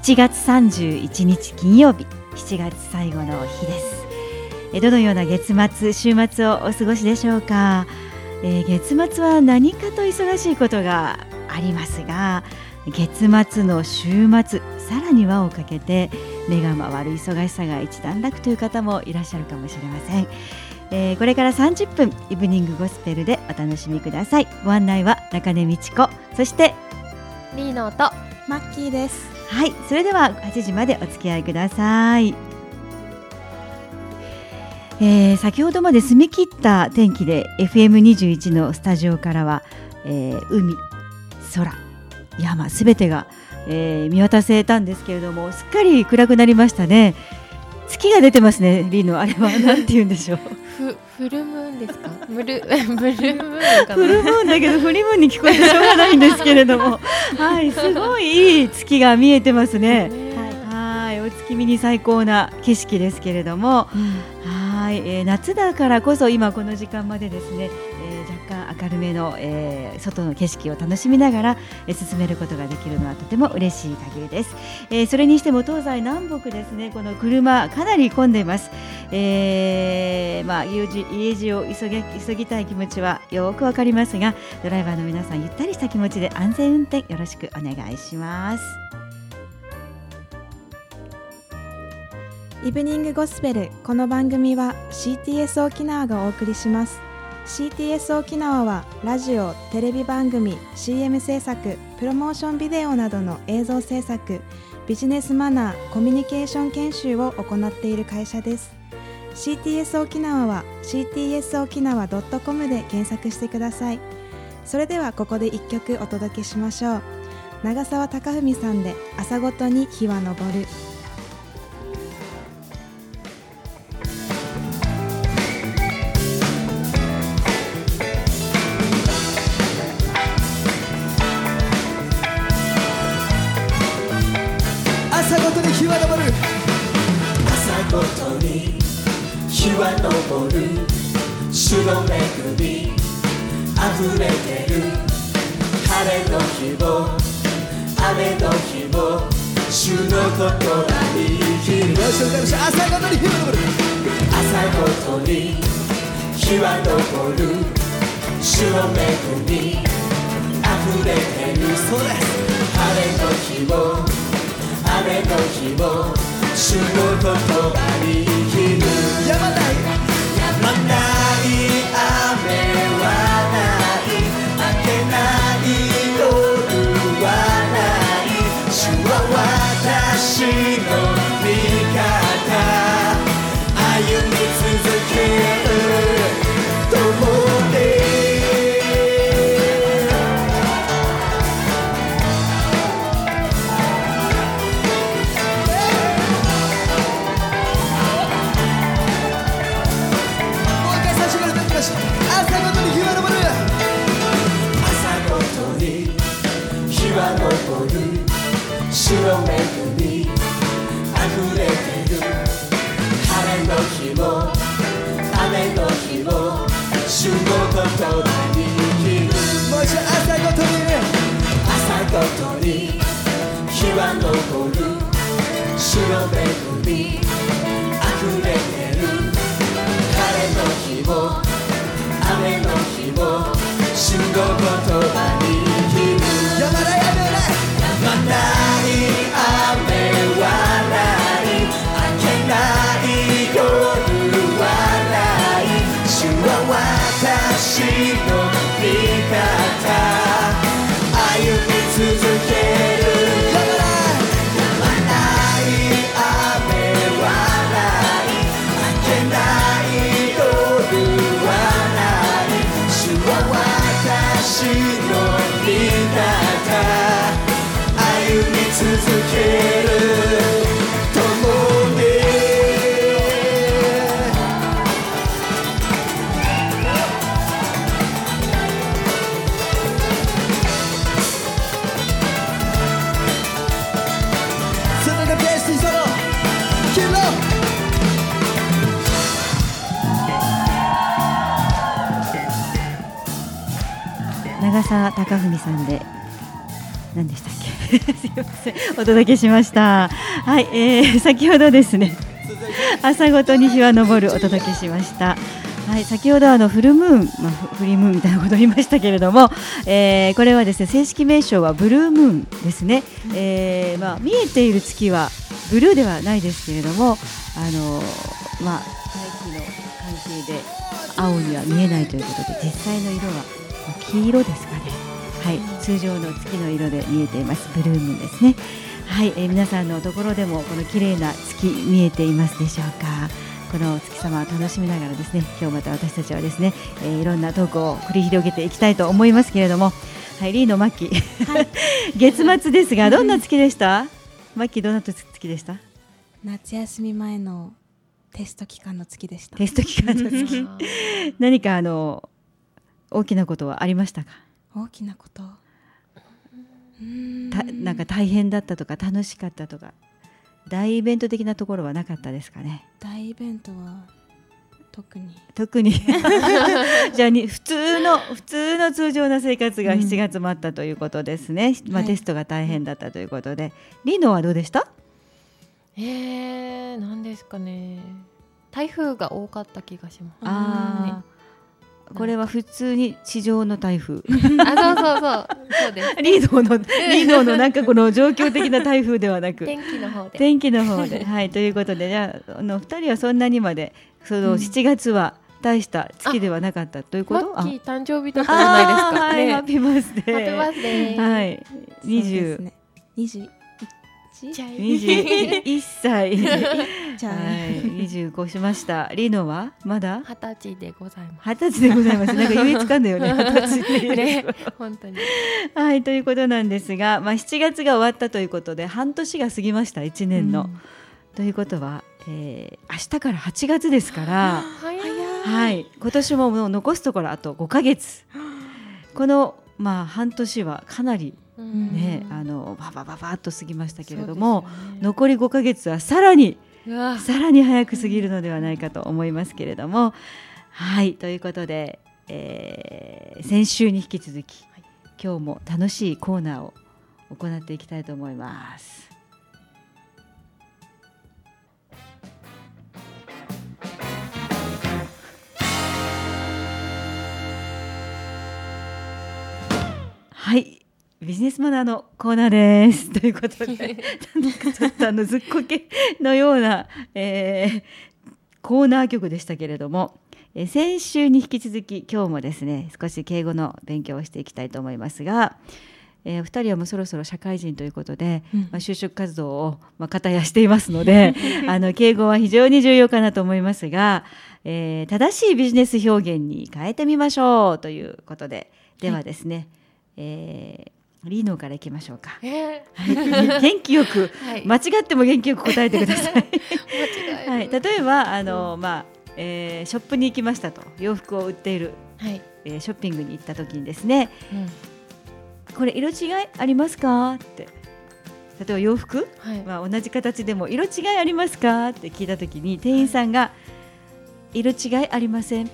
7月31日金曜日、7月最後の日です。どのような月末週末をお過ごしでしょうか。月末は何かと忙しいことがありますが、月末の週末さらに輪をかけて目が回る忙しさが一段落という方もいらっしゃるかもしれません。これから30分イブニングゴスペルでお楽しみください。ご案内は中根美智子、そしてリーノーとマッキーです。 はい、それでは8時までお付き合いください。先ほどまで澄み切った天気で FM21 のスタジオからは、海、空、山すべてが、見渡せたんですけれども、すっかり暗くなりましたね。月が出てますね。リーノ、あれは何て言うんでしょう。 フルムーンですか。ブルームーンかな。 フルムーンだけどフリムーンに聞こえてしょうがないんですけれどもはい、すごいいい月が見えてますね。はい、お月見に最高な景色ですけれども、はい、夏だからこそ今この時間までですね、若干明るめの、外の景色を楽しみながら、進めることができるのはとても嬉しい限りです。それにしても東西南北ですね、この車かなり混んでいます。家路を急ぎたい気持ちはよくわかりますが、ドライバーの皆さんゆったりした気持ちで安全運転よろしくお願いします。 イブニングゴスペル、この番組は CTS 沖縄がお送りします。 CTS 沖縄はラジオ、テレビ番組、 CM 制作、プロモーションビデオなどの映像制作、ビジネスマナー、コミュニケーション研修を行っている会社です。 CTS 沖縄は ctsokinawa.com で検索してください。それではここで1曲お届けしましょう。長澤貴文さんで朝ごとに日は昇る。 朝ごとに日は昇る、朝ごとに日は昇る、主の恵み溢れてる、晴れの日も雨の日も主の言葉に生きる。朝ごとに日は昇る、朝ごとに日は昇る、主の恵み溢れてる。そうです。晴れの日も雨の日も主の言葉に生きる。やまないやまない雨はない、明けない夜はない、主は私の味方、歩み続ける共に。朝ごとに日は昇る、朝ごとに日は昇る、主の恵み溢れてる、晴れの日も雨の日も主の言葉に生きる。もう一度朝ごとに、朝ごとに日は昇る、主の恵み溢れてる、晴れの日も雨の日も主の言葉に生きる。やまない雨はない、やまない雨はない、明けない夜はない、主は私の味方、歩み続ける。やまない雨はない、明けない夜はない、主は私の味方、歩み続ける共に。それでベースにそのキロ長澤貴文さんで何でしたっけすいません、お届けしました。はい、先ほどですね、朝ごとに日は昇るお届けしました。はい、先ほどフルムーン、フリームーンみたいなことを言いましたけれども、これはですね、正式名称はブルームーンですね。見えている月はブルーではないですけれども、大気の関係で青には見えないということで、実際の色は黄色ですかね。はい、通常の月の色で見えています。ブルームーンですね。はい、皆さんのところでもこの綺麗な月見えていますでしょうか。この月様を楽しみながらですね、今日また私たちはですね、いろんなトークを繰り広げていきたいと思いますけれども、はい、リーのマッキー、はい、月末ですがどんな月でした？マッキー、どんな月でした？ 夏休み前のテスト期間の月でした。 テスト期間の月何か大きなことはありましたか？ 大きなこと、 なんか大変だったとか楽しかったとか、大イベント的なところはなかったですかね？ 大イベントは特にじゃあ普通の通常な生活が7月もあったということですね。テストが大変だったということで、リノはどうでした？ 何ですかね、台風が多かった気がします。 これは普通に地上の台風。 そうです。 リードのなんかこの状況的な台風ではなく天気の方ではい、ということで、じゃあ2人はそんなにまで7月は大した月ではなかったということ？ マッキー誕生日だったじゃないですか。 はい、ハッピーバースデー。 ハッピーバースデー。 はい、21歳25しました。リノはまだ 20歳でございます。 20歳でございます。なんか優越感だよね。20歳でね、本当に。 はい、ということなんですが、7月が終わったということで半年が過ぎました。1年の、ということは、明日から8月ですから、はい、今年ももう残すところあと5ヶ月。この半年はかなりね、バーっと過ぎましたけれども、残り5ヶ月はさらに早く過ぎるのではないかと思いますけれども、はい、ということで、先週に引き続き、今日も楽しいコーナーを行っていきたいと思います。はい、ビジネスマナーのコーナーですということでなんかちょっとずっこけのような、コーナー曲でしたけれども、先週に引き続き今日もですね、少し敬語の勉強をしていきたいと思いますが、お二人はもうそろそろ社会人ということで、就職活動を片やしていますので敬語は非常に重要かなと思いますが、正しいビジネス表現に変えてみましょうということで、ではですね、リーノからいきましょうか。元気よく、間違っても元気よく答えてください。はい、例えばショップに行きましたと、洋服を売っている、ショッピングに行った時にですね、これ色違いありますかって、例えば洋服、同じ形でも色違いありますかって聞いた時に、店員さんが色違いありません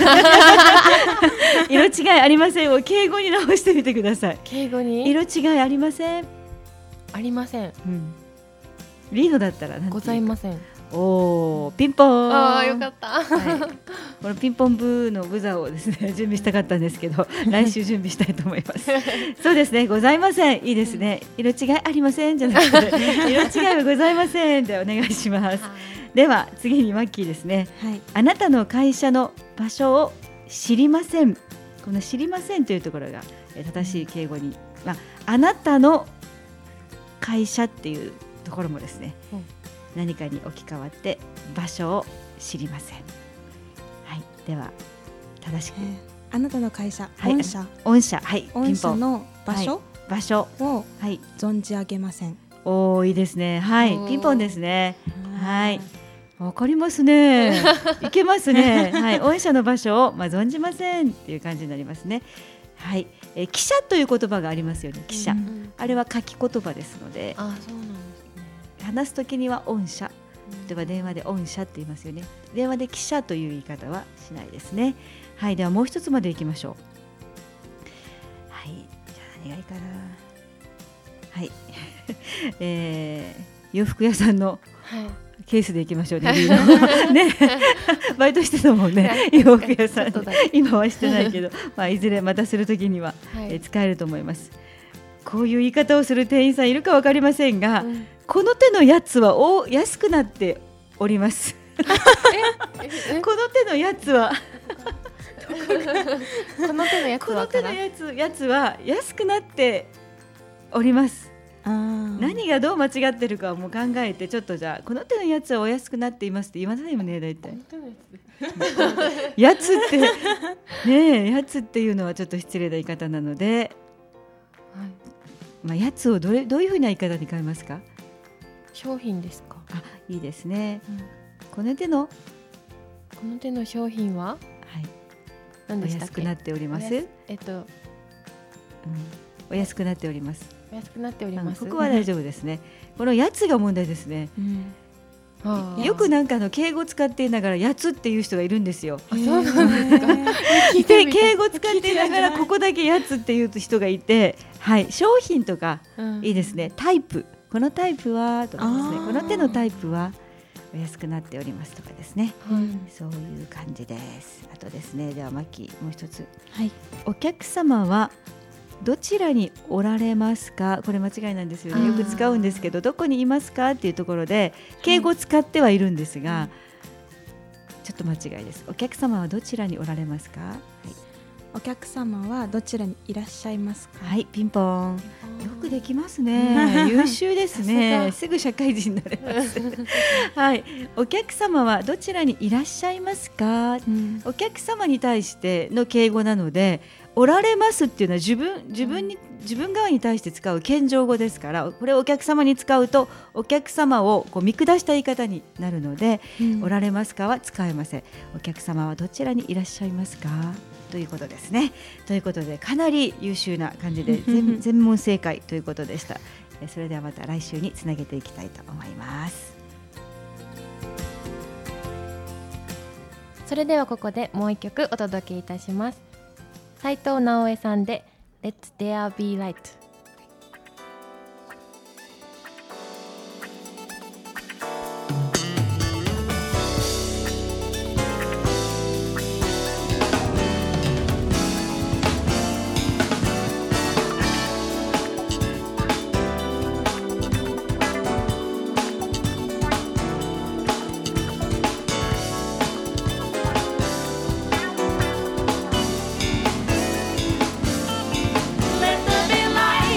色違いありませんを敬語に直してみてください。 敬語に色違いありません。 ありません、 リードだったら何て言うか。 ございません。 おー、ピンポーン。 よかった、 このピンポンブーのブザーをですね準備したかったんですけど来週準備したいと思いますそうですね、ございません、いいですね。色違いありませんじゃなくて色違いはございませんでお願いします。では次にマッキーですね、あなたの会社の場所を知りません。この知りませんというところが正しい敬語に、あなたの会社っていうところもですね、何かに置き換わって場所を知りません。はい、では正しく、 あなたの会社、 御社、はい、 御社の場所、 場所を存じ上げません。 いいですね。はい、ピンポンですね。はい、わかりますね。いけますね。はい、御社の場所を存じませんっていう感じになりますね。はい、記者という言葉がありますよね。記者、あれは書き言葉ですので、 そうなんですね。 話すときには御社、例えば電話で御社って言いますよね。電話で記者という言い方はしないですね。はい、ではもう一つまでいきましょう。はい、じゃあ何がいいかな。 はい洋服屋さんのケースでいきましょうね。ねバイトしてたもんね、洋服屋さん今はしてないけど、いずれまたするときには、使えると思います。こういう言い方をする店員さんいるか分かりませんが、この手のやつは安くなっておりますこの手のやつはこの手のやつはこの手のやつは安くなっております。何がどう間違ってるかをもう考えて、ちょっとじゃあこの手のやつはお安くなっていますって言わないもんね。だいたいやつってねえ、やつっていうのはちょっと失礼な言い方なので、やつをどういうふうな言い方に変えますか？ 商品ですか？ いいですね、この手の商品は、何でしたっけ？ お安くなっております。お安くなっております。 お安くなっております。 ここは大丈夫ですね。このやつが問題ですね。よくなんか敬語使っていながらやつっていう人がいるんですよ。 そうなんですか。 で敬語使っていながらここだけやつっていう人がいて、商品とかいいですね。タイプ、このタイプはとかですね、この手のタイプはお安くなっておりますとかですね、そういう感じです。あとですね、ではマキもう一つ、お客様はどちらにおられますか？これ間違いなんですよね。よく使うんですけど、どこにいますかっていうところで敬語を使ってはいるんですが、ちょっと間違いです。お客様はどちらにおられますか？ お客様はどちらにいらっしゃいますか？ ピンポン。よくできますね。優秀ですね。すぐ社会人になれますお客様はどちらにいらっしゃいますか？お客様に対しての敬語なので、おられますっていうのは自分側に対して使う謙譲語ですから、これをお客様に使うとお客様を見下した言い方になるので、おられますかは使えません。お客様はどちらにいらっしゃいますかということですね。ということでかなり優秀な感じで全問正解ということでした。それではまた来週につなげていきたいと思います。 それではここでもう一曲お届けいたします。斉藤直江さんで Let There Be Light。 Let there be light.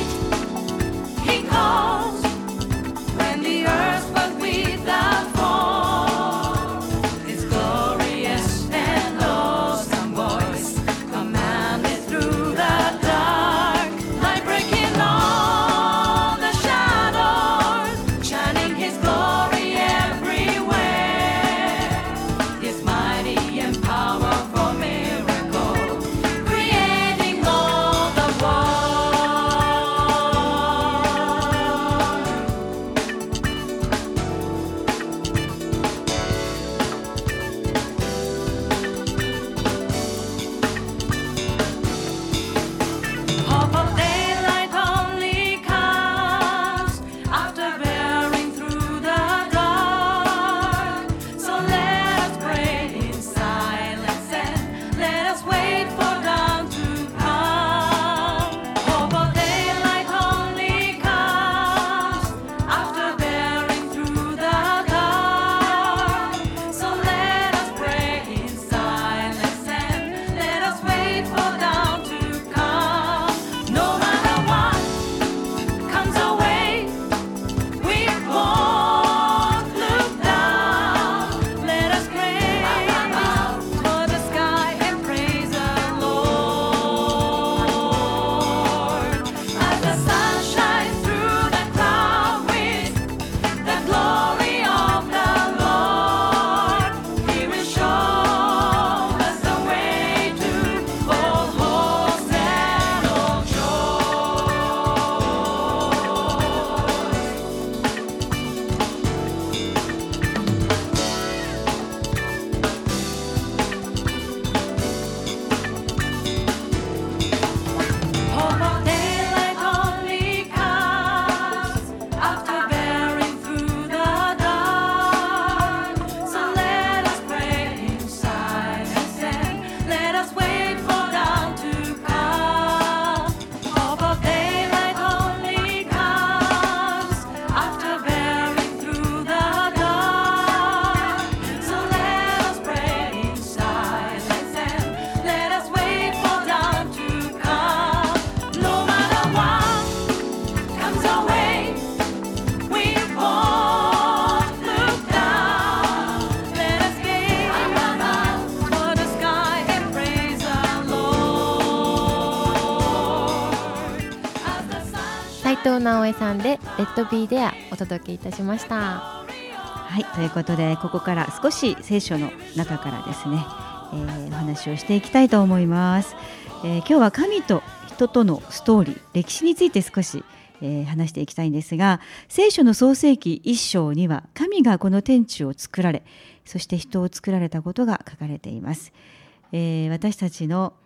斉藤直江さんでレッドビーデアお届けいたしました。 はい、ということでここから少し聖書の中からですね、お話をしていきたいと思います。今日は神と人とのストーリー、歴史について少し、話していきたいんですが、聖書の創世記1章には神がこの天地を作られ、そして人を作られたことが書かれています。私たちの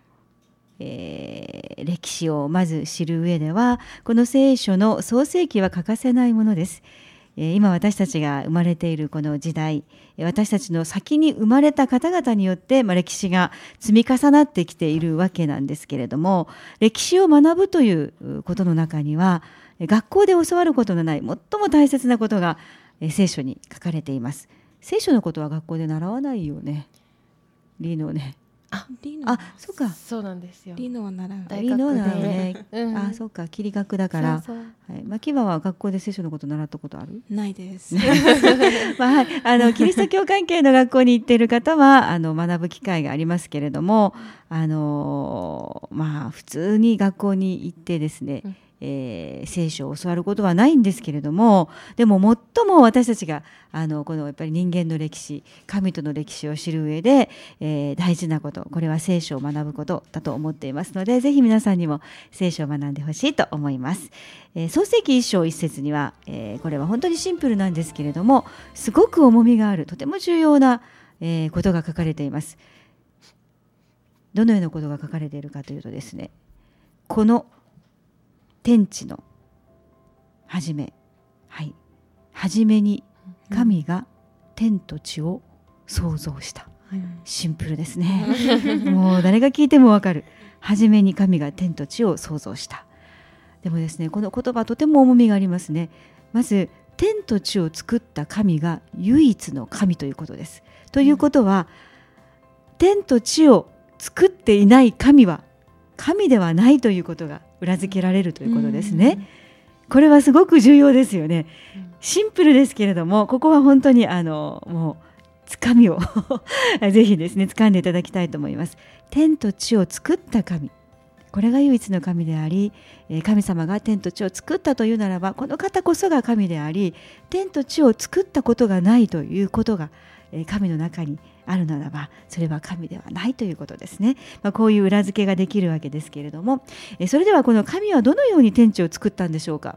歴史をまず知る上ではこの聖書の創世記は欠かせないものです。今私たちが生まれているこの時代、私たちの先に生まれた方々によって、歴史が積み重なってきているわけなんですけれども、歴史を学ぶということの中には学校で教わることのない最も大切なことが聖書に書かれています。聖書のことは学校で習わないよね、リーノね。そうか。 そうなんですよ。 リノは習う。 大学でね、そうか、キリ学だから。 そうはい、キバは学校で聖書のこと習ったことある？ ないです。 はい、キリスト教関係の学校に行っている方は学ぶ機会がありますけれども、普通に学校に行ってですね、聖書を教わることはないんですけれども、でも最も私たちがこのやっぱり人間の歴史、神との歴史を知る上で、大事なこと、これは聖書を学ぶことだと思っていますので、ぜひ皆さんにも聖書を学んでほしいと思います。創世記1章1節には、これは本当にシンプルなんですけれども、すごく重みがある、とても重要な、ことが書かれています。どのようなことが書かれているかというとですね、この天地の初め、初めに神が天と地を創造した。シンプルですね。もう誰が聞いてもわかる。初めに神が天と地を創造した。でもですね、この言葉とても重みがありますね。まず天と地を作った神が唯一の神ということです。ということは、天と地を作っていない神は神ではないということが裏付けられるということですね。これはすごく重要ですよね。シンプルですけれども、ここは本当にもうつかみをぜひですね掴んでいただきたいと思います。天と地を作った神、これが唯一の神であり、神様が天と地を作ったというならば、この方こそが神であり、天と地を作ったことがないということが神の中にあるならば、それは神ではないということですね。こういう裏付けができるわけですけれども、それではこの神はどのように天地を作ったんでしょうか。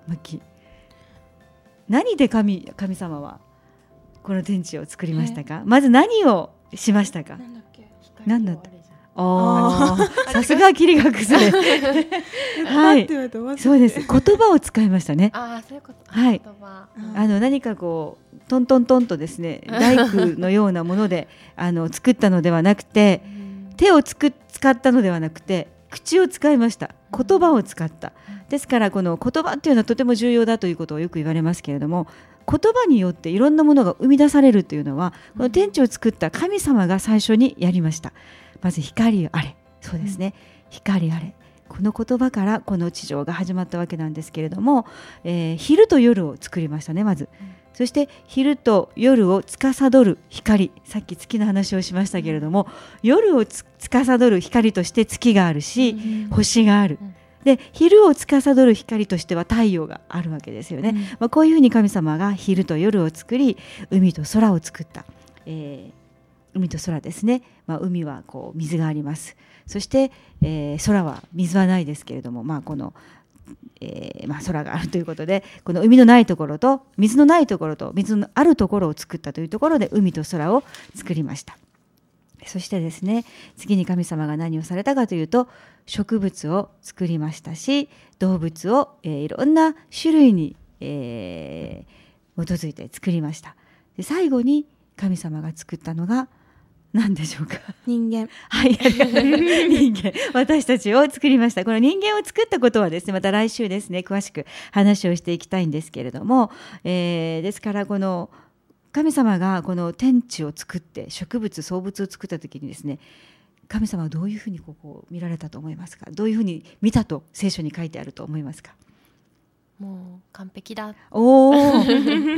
何で神様はこの天地を作りましたか。まず何をしましたか。何だった。さすがキリ学生。はい、そうです。言葉を使いましたね。 そういうこと。 はい。何かこうトントントンとですね、大工のようなもので作ったのではなくて、手を使ったのではなくて、口を使いました。言葉を使った。ですからこの言葉っていうのはとても重要だということをよく言われますけれども、言葉によっていろんなものが生み出されるというのは、この天地を作った神様が最初にやりました。まず光あれ、そうですね、光あれ、この言葉からこの地上が始まったわけなんですけれども、昼と夜を作りましたね。まずそして昼と夜を司る光、さっき月の話をしましたけれども、夜を司る光として月があるし、星がある。で、昼を司る光としては太陽があるわけですよね。こういうふうに神様が昼と夜を作り、海と空を作った。海と空ですね。海はこう水があります。そして、空は水はないですけれども、この空があるということで、この海のないところと水のないところと水のあるところを作ったというところで、海と空を作りました。そしてですね、次に神様が何をされたかというと、植物を作りましたし、動物を、いろんな種類に、基づいて作りました。で、最後に神様が作ったのが何でしょうか。 人間。 はい、人間、私たちを作りました。この人間を作ったことはですね、また来週ですね、詳しく話をしていきたいんですけれども、ですからこの神様がこの天地を作って植物創物を作った時にですね、神様はどういうふうにここを見られたと思いますか。どういうふうに見たと聖書に書いてあると思いますか。 もう完璧だ。 おー知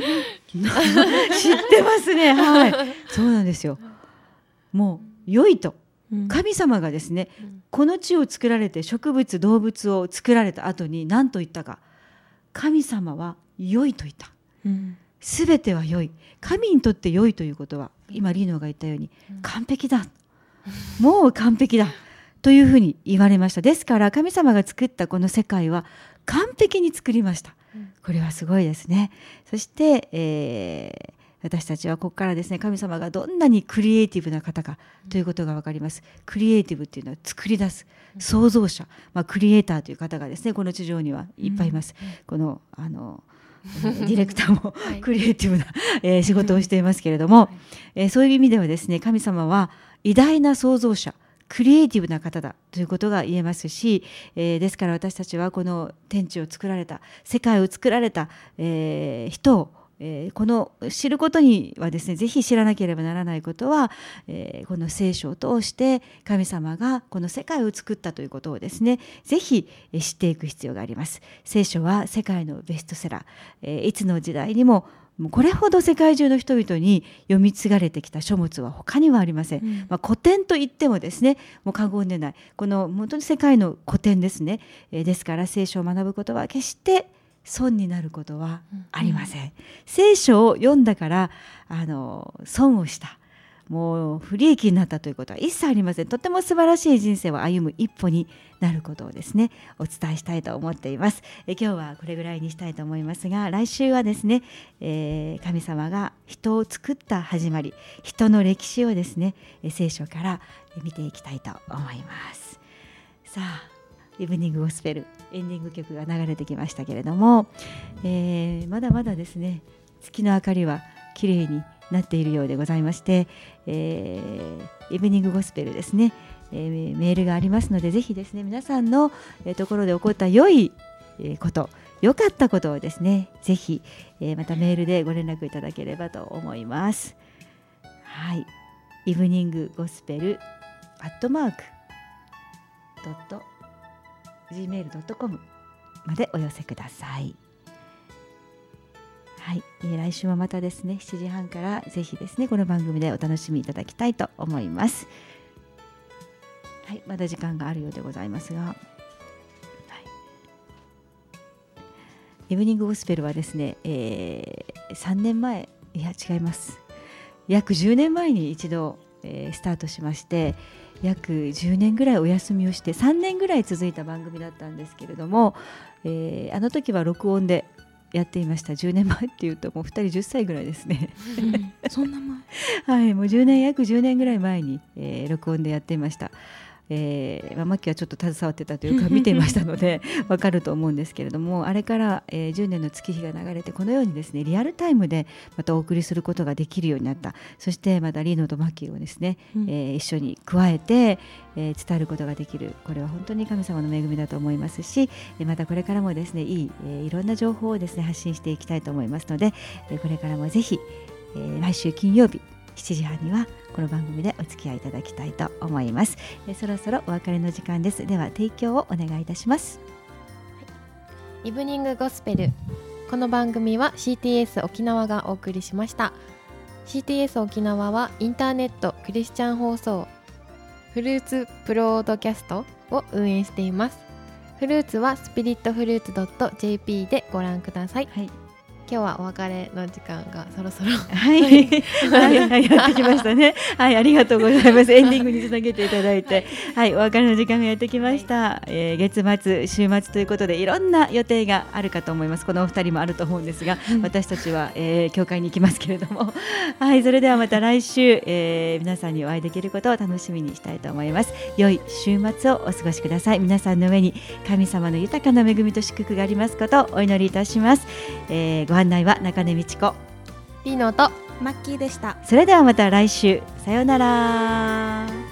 ってますね。はい、そうなんですよ。もう良いと、神様がですね、この地を作られて植物動物を作られた後に何と言ったか。 神様は良いと言った。 うんすべては良い。神にとって良いということは、今リーノが言ったように、完璧だ。もう完璧だ。というふうに言われました。ですから神様が作ったこの世界は完璧に作りました。これはすごいですね。そして、私たちはここからですね、神様がどんなにクリエイティブな方かということが分かります。クリエイティブっていうのは作り出す創造者、クリエイターという方がですね、この地上にはいっぱいいます。このディレクターもクリエイティブな、仕事をしていますけれども、そういう意味ではですね、神様は偉大な創造者、クリエイティブな方だということが言えますし、ですから私たちはこの天地を作られた、世界を作られた、人をこの知ることにはですね、ぜひ知らなければならないことは、この聖書を通して神様がこの世界を作ったということをですね、ぜひ知っていく必要があります。聖書は世界のベストセラー、いつの時代にもこれほど世界中の人々に読み継がれてきた書物は他にはありません。古典といってもですね、もう過言でない、この本当に世界の古典ですね。ですから聖書を学ぶことは決して損になることはありません。聖書を読んだから損をした、もう不利益になったということは一切ありません。とても素晴らしい人生を歩む一歩になることをですね、お伝えしたいと思っています。今日はこれぐらいにしたいと思いますが、来週はですね、神様が人を作った始まり、人の歴史をですね、聖書から見ていきたいと思います。さあ、イブニングゴスペルエンディング曲が流れてきましたけれども、まだまだですね、月の明かりはきれいになっているようでございまして、イブニングゴスペルですね、メールがありますので、ぜひですね、皆さんのところで起こった良いこと、良かったことをですね、ぜひまたメールでご連絡いただければと思います。はい、イブニングゴスペル@gmail.com までお寄せください。はい、来週もまたですね、7時半からぜひですね、この番組でお楽しみいただきたいと思います。はい、まだ時間があるようでございますが、はい、イブニングゴスペルはですね、3年前、いや違います、約10年前に一度、スタートしまして、約10年ぐらいお休みをして3年ぐらい続いた番組だったんですけれども、あの時は録音でやっていました。10年前っていうともう2人10歳ぐらいですね、 そんな前はい、もう約10年ぐらい前に、録音でやっていました。マッキーはちょっと携わってたというか見ていましたのでわかると思うんですけれども、あれから、10年の月日が流れて、このようにですね、リアルタイムでまたお送りすることができるようになった。そしてまたリーノとマッキーをですね、一緒に加えて、伝えることができる。これは本当に神様の恵みだと思いますし、またこれからもですね、いろんな情報をですね発信していきたいと思いますので、これからもぜひ、来週金曜日7時半にはこの番組でお付き合いいただきたいと思います。そろそろお別れの時間です。では提供をお願いいたします。 イブニングゴスペル、この番組は CTS 沖縄がお送りしました。 CTS 沖縄はインターネットクリスチャン放送フルーツプロードキャストを運営しています。フルーツはスピリットフルーツ .jp でご覧ください。はい、今日はお別れの時間がそろそろはい、はい、やってきましたね。はい、ありがとうございます。エンディングにつなげていただいて、はい、お別れの時間がやってきました。月末、週末ということでいろんな予定があるかと思います。このお二人もあると思うんですが、私たちは、教会に行きますけれども、はい、それではまた来週、皆さんにお会いできることを楽しみにしたいと思います。良い週末をお過ごしください。皆さんの上に神様の豊かな恵みと祝福がありますことをお祈りいたします。ご案内は中根美智子、 リーノとマッキーでした。 それではまた来週、さようなら。